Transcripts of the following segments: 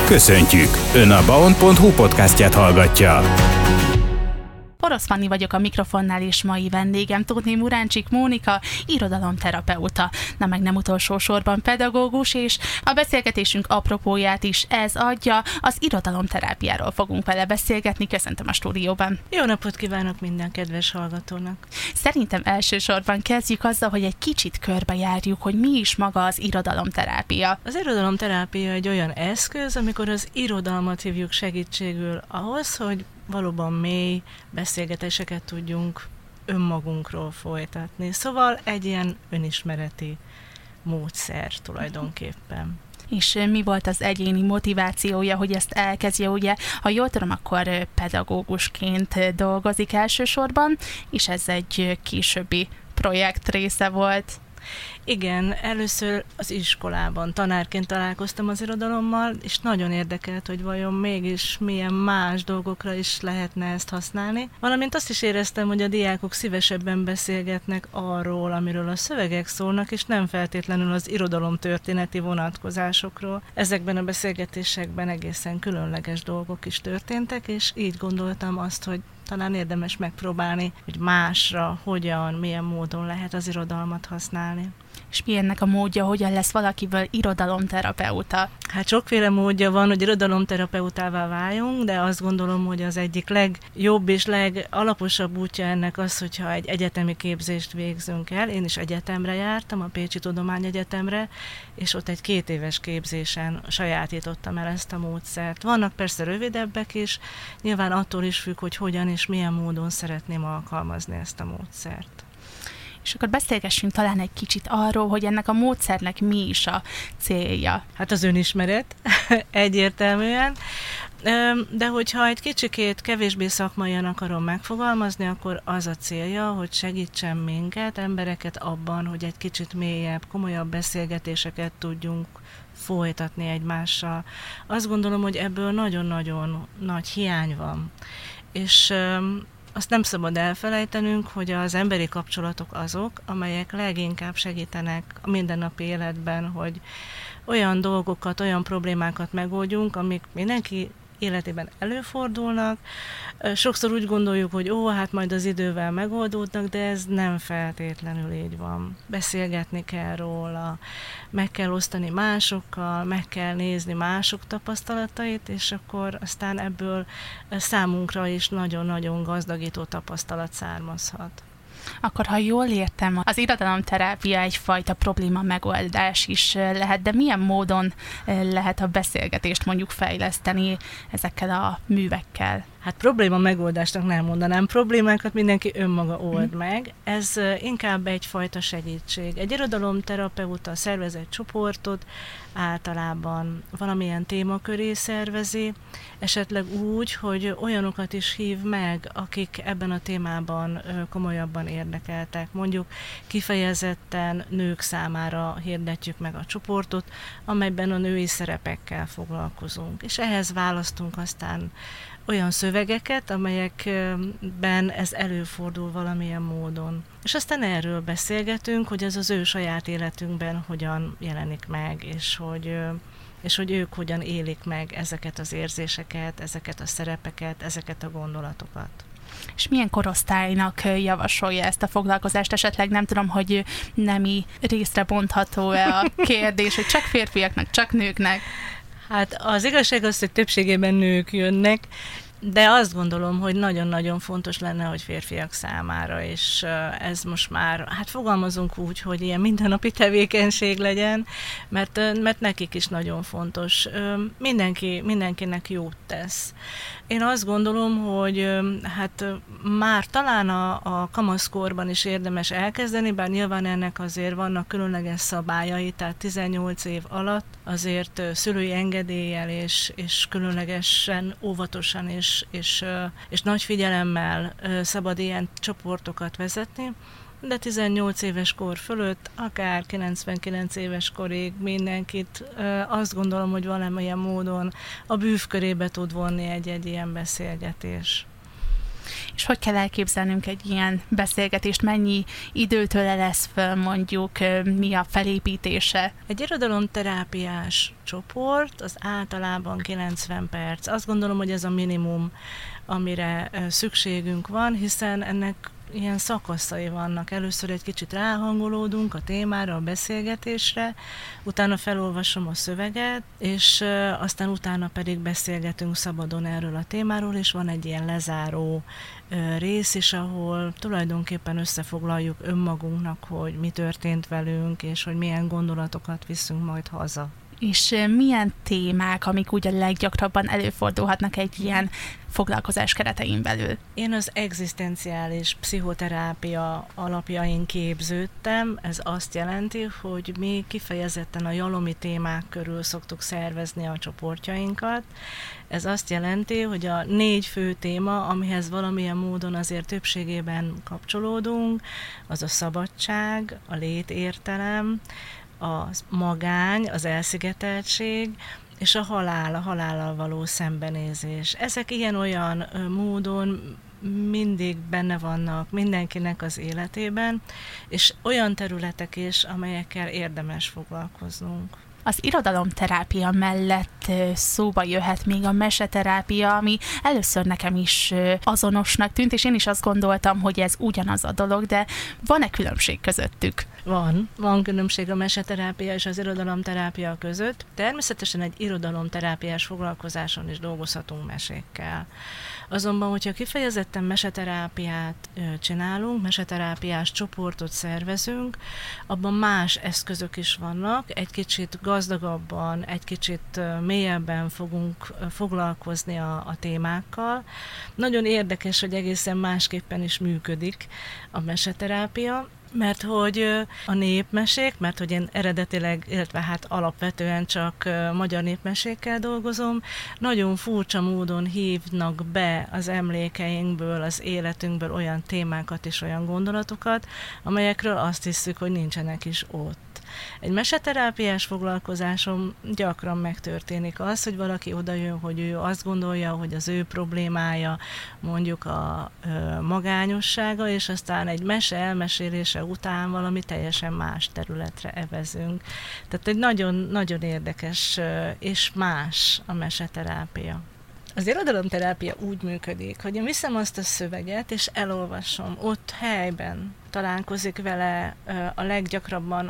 Köszöntjük! Ön a baon.hu podcastját hallgatja. Orosz Fanni vagyok a mikrofonnál, és mai vendégem Tóth Muráncsik Mónika, irodalomterapeuta, meg nem utolsó sorban pedagógus, és a beszélgetésünk apropóját is ez adja, az irodalomterápiáról fogunk vele beszélgetni. Köszöntöm a stúdióban. Jó napot kívánok minden kedves hallgatónak! Szerintem elsősorban kezdjük azzal, hogy egy kicsit körbejárjuk, hogy mi is maga az irodalomterápia. Az irodalomterápia egy olyan eszköz, amikor az irodalmat hívjuk segítségül ahhoz, hogy valóban mély beszélgetéseket tudjunk önmagunkról folytatni. Szóval egy ilyen önismereti módszer tulajdonképpen. És mi volt az egyéni motivációja, hogy ezt elkezdje? Ugye, ha jól tudom, akkor pedagógusként dolgozik elsősorban, és ez egy későbbi projekt része volt. Igen, először az iskolában tanárként találkoztam az irodalommal, és nagyon érdekelt, hogy vajon mégis milyen más dolgokra is lehetne ezt használni. Valamint azt is éreztem, hogy a diákok szívesebben beszélgetnek arról, amiről a szövegek szólnak, és nem feltétlenül az irodalomtörténeti vonatkozásokról. Ezekben a beszélgetésekben egészen különleges dolgok is történtek, és így gondoltam azt, hogy talán érdemes megpróbálni, hogy másra, hogyan, milyen módon lehet az irodalmat használni. És mi ennek a módja, hogyan lesz valakiből irodalomterapeuta? Hát sokféle módja van, hogy irodalomterapeutává váljunk, de azt gondolom, hogy az egyik legjobb és legalaposabb útja ennek az, hogyha egy egyetemi képzést végzünk el. Én is egyetemre jártam, a Pécsi Tudományegyetemre, és ott egy 2 éves képzésen sajátítottam el ezt a módszert. Vannak persze rövidebbek is, nyilván attól is függ, hogy hogyan és milyen módon szeretném alkalmazni ezt a módszert. És akkor beszélgessünk talán egy kicsit arról, hogy ennek a módszernek mi is a célja. Hát az önismeret egyértelműen, de hogyha egy kicsikét kevésbé szakmaian akarom megfogalmazni, akkor az a célja, hogy segítsen minket, embereket abban, hogy egy kicsit mélyebb, komolyabb beszélgetéseket tudjunk folytatni egymással. Azt gondolom, hogy ebből nagyon-nagyon nagy hiány van. És azt nem szabad elfelejtenünk, hogy az emberi kapcsolatok azok, amelyek leginkább segítenek a mindennapi életben, hogy olyan dolgokat, olyan problémákat megoldjunk, amik mindenki életében előfordulnak. Sokszor úgy gondoljuk, hogy hát majd az idővel megoldódnak, de ez nem feltétlenül így van. Beszélgetni kell róla, meg kell osztani másokkal, meg kell nézni mások tapasztalatait, és akkor aztán ebből számunkra is nagyon-nagyon gazdagító tapasztalat származhat. Akkor, ha jól értem, az irodalomterápia egyfajta probléma megoldás is lehet, de milyen módon lehet a beszélgetést mondjuk fejleszteni ezekkel a művekkel? Hát probléma megoldásnak nem mondanám, problémákat mindenki önmaga old meg. Ez inkább egyfajta segítség. Egy irodalomterapeuta szervez egy csoportot, általában valamilyen témaköré szervezi, esetleg úgy, hogy olyanokat is hív meg, akik ebben a témában komolyabban érdekeltek. Mondjuk kifejezetten nők számára hirdetjük meg a csoportot, amelyben a női szerepekkel foglalkozunk. És ehhez választunk aztán olyan szövegeket, amelyekben ez előfordul valamilyen módon. És aztán erről beszélgetünk, hogy ez az ő saját életünkben hogyan jelenik meg, és hogy ők hogyan élik meg ezeket az érzéseket, ezeket a szerepeket, ezeket a gondolatokat. És milyen korosztálynak javasolja ezt a foglalkozást? Esetleg nem tudom, hogy nemi részre bontható-e a kérdés, hogy csak férfiaknak, csak nőknek? Hát az igazság az, hogy többségében nők jönnek, de azt gondolom, hogy nagyon-nagyon fontos lenne, hogy férfiak számára, és ez most már, hát fogalmazunk úgy, hogy ilyen mindennapi tevékenység legyen, mert nekik is nagyon fontos. Mindenkinek jót tesz. Én azt gondolom, hogy hát már talán a kamaszkorban is érdemes elkezdeni, bár nyilván ennek azért vannak különleges szabályai, tehát 18 év alatt azért szülői engedéllyel és különlegesen óvatosan és nagy figyelemmel szabad ilyen csoportokat vezetni, de 18 éves kor fölött, akár 99 éves korig mindenkit azt gondolom, hogy valamilyen módon a bűvkörébe tud vonni egy ilyen beszélgetés. És hogy kell elképzelnünk egy ilyen beszélgetést? Mennyi időtől lesz föl, mondjuk, mi a felépítése? Egy irodalomterápiás csoport az általában 90 perc. Azt gondolom, hogy ez a minimum, amire szükségünk van, hiszen ennek ilyen szakaszai vannak. Először egy kicsit ráhangolódunk a témára, a beszélgetésre, utána felolvasom a szöveget, és aztán utána pedig beszélgetünk szabadon erről a témáról, és van egy ilyen lezáró rész is, ahol tulajdonképpen összefoglaljuk önmagunknak, hogy mi történt velünk, és hogy milyen gondolatokat viszünk majd haza. És milyen témák, amik úgy a leggyakrabban előfordulhatnak egy ilyen foglalkozás keretein belül? Én az egzisztenciális pszichoterápia alapjain képződtem. Ez azt jelenti, hogy mi kifejezetten a jalomi témák körül szoktuk szervezni a csoportjainkat. Ez azt jelenti, hogy a 4 fő téma, amihez valamilyen módon azért többségében kapcsolódunk, az a szabadság, a létértelem, a magány, az elszigeteltség, és a halállal való szembenézés. Ezek ilyen-olyan módon mindig benne vannak mindenkinek az életében, és olyan területek is, amelyekkel érdemes foglalkoznunk. Az irodalomterápia mellett szóba jöhet még a meseterápia, ami először nekem is azonosnak tűnt, és én is azt gondoltam, hogy ez ugyanaz a dolog, de van-e különbség közöttük? Van különbség a meseterápia és az irodalomterápia között. Természetesen egy irodalomterápiás foglalkozáson is dolgozhatunk mesékkel. Azonban, hogyha kifejezetten meseterápiát csinálunk, meseterápiás csoportot szervezünk, abban más eszközök is vannak, egy kicsit gazdagabban, egy kicsit mélyebben fogunk foglalkozni a témákkal. Nagyon érdekes, hogy egészen másképpen is működik a meseterápia, mert hogy a népmesék, mert hogy én eredetileg, illetve hát alapvetően csak magyar népmesékkel dolgozom, nagyon furcsa módon hívnak be az emlékeinkből, az életünkből olyan témákat és olyan gondolatokat, amelyekről azt hiszük, hogy nincsenek is ott. Egy meseterápiás foglalkozásom gyakran megtörténik az, hogy valaki odajön, hogy ő azt gondolja, hogy az ő problémája mondjuk a magányossága, és aztán egy mese elmesélése után valami teljesen más területre evezünk. Tehát egy nagyon-nagyon érdekes és más a meseterápia. Az irodalomterápia úgy működik, hogy én viszem azt a szöveget, és elolvasom. Ott helyben találkozik vele a leggyakrabban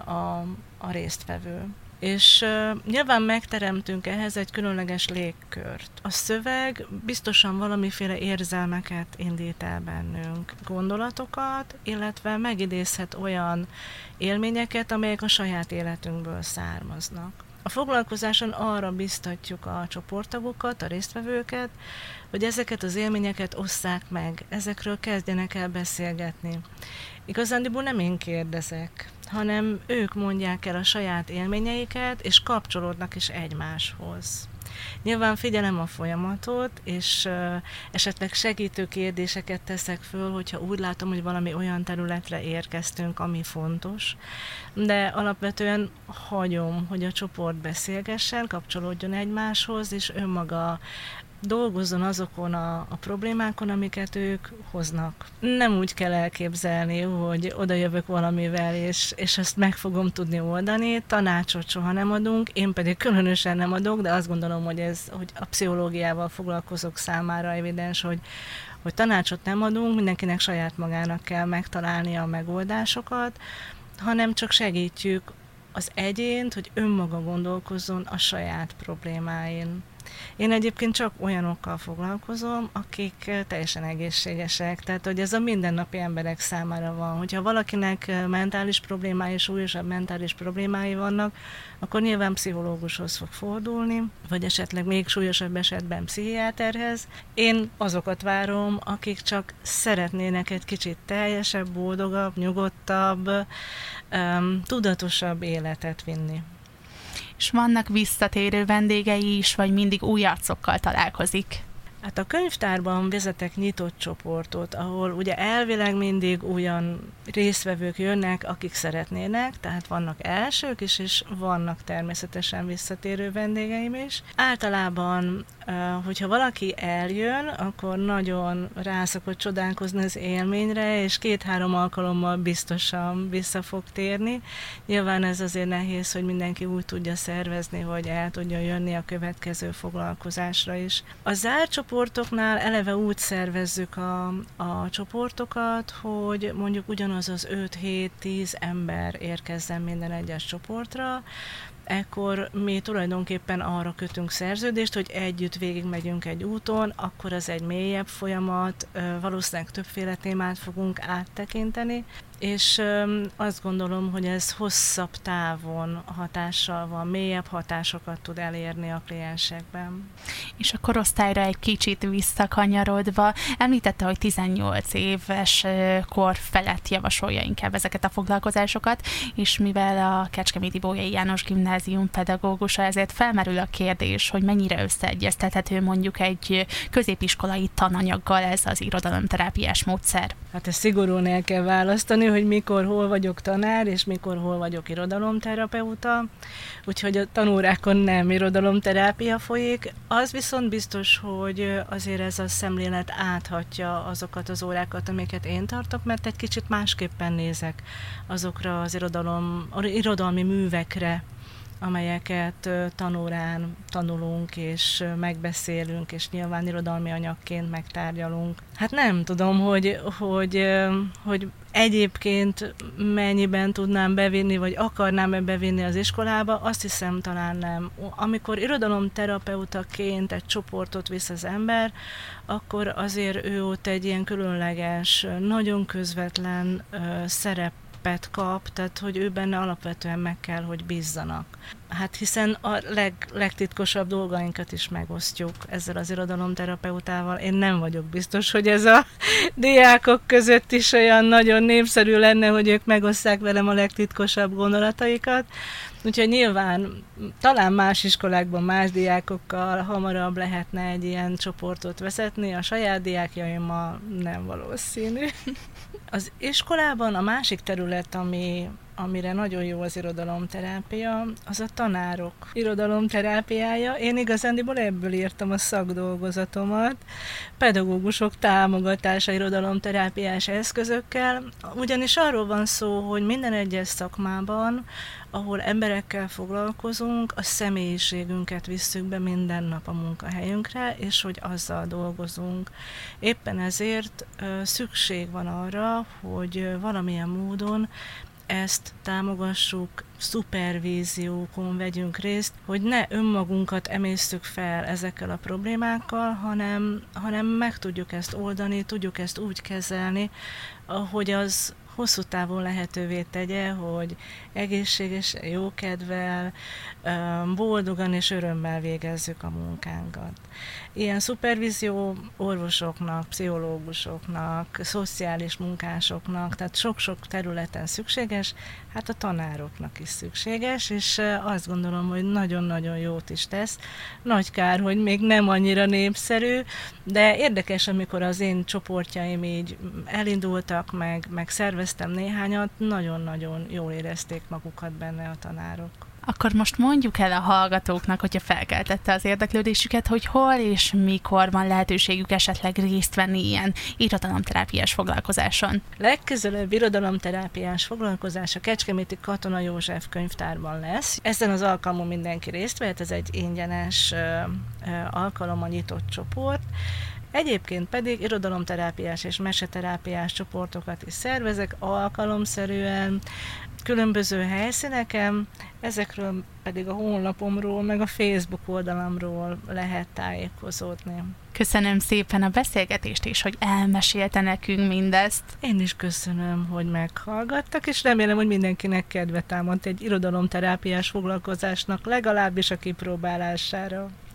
a résztvevő. És nyilván megteremtünk ehhez egy különleges légkört. A szöveg biztosan valamiféle érzelmeket indít el bennünk, gondolatokat, illetve megidézhet olyan élményeket, amelyek a saját életünkből származnak. A foglalkozáson arra biztatjuk a csoporttagokat, a résztvevőket, hogy ezeket az élményeket osszák meg, ezekről kezdjenek el beszélgetni. Igazándiból nem én kérdezek, hanem ők mondják el a saját élményeiket, és kapcsolódnak is egymáshoz. Nyilván figyelem a folyamatot, és esetleg segítő kérdéseket teszek föl, hogyha úgy látom, hogy valami olyan területre érkeztünk, ami fontos, de alapvetően hagyom, hogy a csoport beszélgessen, kapcsolódjon egymáshoz, és önmaga dolgozzon azokon a problémákon, amiket ők hoznak. Nem úgy kell elképzelni, hogy oda jövök valamivel, és ezt meg fogom tudni oldani, tanácsot soha nem adunk, én pedig különösen nem adok, de azt gondolom, hogy hogy a pszichológiával foglalkozók számára evidens, hogy tanácsot nem adunk, mindenkinek saját magának kell megtalálnia a megoldásokat, hanem csak segítjük az egyént, hogy önmaga gondolkozzon a saját problémáin. Én egyébként csak olyanokkal foglalkozom, akik teljesen egészségesek, tehát hogy ez a mindennapi emberek számára van. Hogyha valakinek mentális problémái, súlyosabb mentális problémái vannak, akkor nyilván pszichológushoz fog fordulni, vagy esetleg még súlyosabb esetben pszichiáterhez. Én azokat várom, akik csak szeretnének egy kicsit teljesebb, boldogabb, nyugodtabb, tudatosabb életet vinni. És vannak visszatérő vendégei is, vagy mindig új arcokkal találkozik? Hát a könyvtárban vezetek nyitott csoportot, ahol ugye elvileg mindig olyan résztvevők jönnek, akik szeretnének, tehát vannak elsők is, és vannak természetesen visszatérő vendégeim is. Általában, hogyha valaki eljön, akkor nagyon rá szokott csodálkozni az élményre, és 2-3 alkalommal biztosan vissza fog térni. Nyilván ez azért nehéz, hogy mindenki úgy tudja szervezni, hogy el tudja jönni a következő foglalkozásra is. A zárt csoportoknál eleve úgy szervezzük a csoportokat, hogy mondjuk ugyanaz az 5-7-10 ember érkezzen minden egyes csoportra, ekkor mi tulajdonképpen arra kötünk szerződést, hogy együtt végigmegyünk egy úton, akkor az egy mélyebb folyamat, valószínűleg többféle témát fogunk áttekinteni, és azt gondolom, hogy ez hosszabb távon hatással van, mélyebb hatásokat tud elérni a kliensekben. És a korosztályra egy kicsit visszakanyarodva, említette, hogy 18 éves kor felett javasolja inkább ezeket a foglalkozásokat, és mivel a Kecskeméti Bolyai János Gimnázium pedagógusa, ezért felmerül a kérdés, hogy mennyire összeegyeztethető mondjuk egy középiskolai tananyaggal ez az irodalomterápiás módszer. Hát ezt szigorúan el kell választani, hogy mikor, hol vagyok tanár, és mikor, hol vagyok irodalomterapeuta. Úgyhogy a tanórákon nem irodalomterápia folyik. Az viszont biztos, hogy azért ez a szemlélet áthatja azokat az órákat, amiket én tartok, mert egy kicsit másképpen nézek azokra az irodalmi művekre, amelyeket tanórán tanulunk, és megbeszélünk, és nyilván irodalmi anyagként megtárgyalunk. Hát nem tudom, hogy egyébként mennyiben tudnám bevinni, vagy akarnám-e bevinni az iskolába, azt hiszem talán nem. Amikor irodalomterapeutaként egy csoportot visz az ember, akkor azért ő ott egy ilyen különleges, nagyon közvetlen szerepet kap, tehát hogy ő benne alapvetően meg kell, hogy bízzanak. Hát hiszen a legtitkosabb dolgainkat is megosztjuk ezzel az irodalomterapeutával. Én nem vagyok biztos, hogy ez a diákok között is olyan nagyon népszerű lenne, hogy ők megosszák velem a legtitkosabb gondolataikat. Úgyhogy nyilván talán más iskolákban más diákokkal hamarabb lehetne egy ilyen csoportot vezetni, a saját diákjaimmal nem valószínű. Az iskolában a másik terület, amire nagyon jó az irodalomterápia, az a tanárok irodalomterápiája. Én igazándiból ebből írtam a szakdolgozatomat, pedagógusok támogatása irodalomterápiás eszközökkel, ugyanis arról van szó, hogy minden egyes szakmában, ahol emberekkel foglalkozunk, a személyiségünket visszük be minden nap a munkahelyünkre, és hogy azzal dolgozunk. Éppen ezért szükség van arra, hogy valamilyen módon ezt támogassuk, szupervíziókon vegyünk részt, hogy ne önmagunkat emésztük fel ezekkel a problémákkal, hanem meg tudjuk ezt oldani, tudjuk ezt úgy kezelni, hogy az hosszú távon lehetővé tegye, hogy egészségesen, jókedvel, boldogan és örömmel végezzük a munkánkat. Ilyen szupervízió orvosoknak, pszichológusoknak, szociális munkásoknak, tehát sok-sok területen szükséges, hát a tanároknak is szükséges, és azt gondolom, hogy nagyon-nagyon jót is tesz. Nagy kár, hogy még nem annyira népszerű, de érdekes, amikor az én csoportjaim így elindultak, meg szerveztem néhányat, nagyon-nagyon jól érezték magukat benne a tanárok. Akkor most mondjuk el a hallgatóknak, hogyha felkeltette az érdeklődésüket, hogy hol és mikor van lehetőségük esetleg részt venni ilyen irodalomterápiás foglalkozáson. Legközelebb irodalomterápiás foglalkozás a Kecskeméti Katona József könyvtárban lesz. Ezen az alkalmon mindenki részt vehet, ez egy ingyenes alkalom, a nyitott csoport. Egyébként pedig irodalomterápiás és meseterápiás csoportokat is szervezek alkalomszerűen, különböző helyszíneken, ezekről pedig a honlapomról, meg a Facebook oldalamról lehet tájékozódni. Köszönöm szépen a beszélgetést, és hogy elmesélte nekünk mindezt. Én is köszönöm, hogy meghallgattak, és remélem, hogy mindenkinek kedve támadt egy irodalomterápiás foglalkozásnak legalábbis a kipróbálására.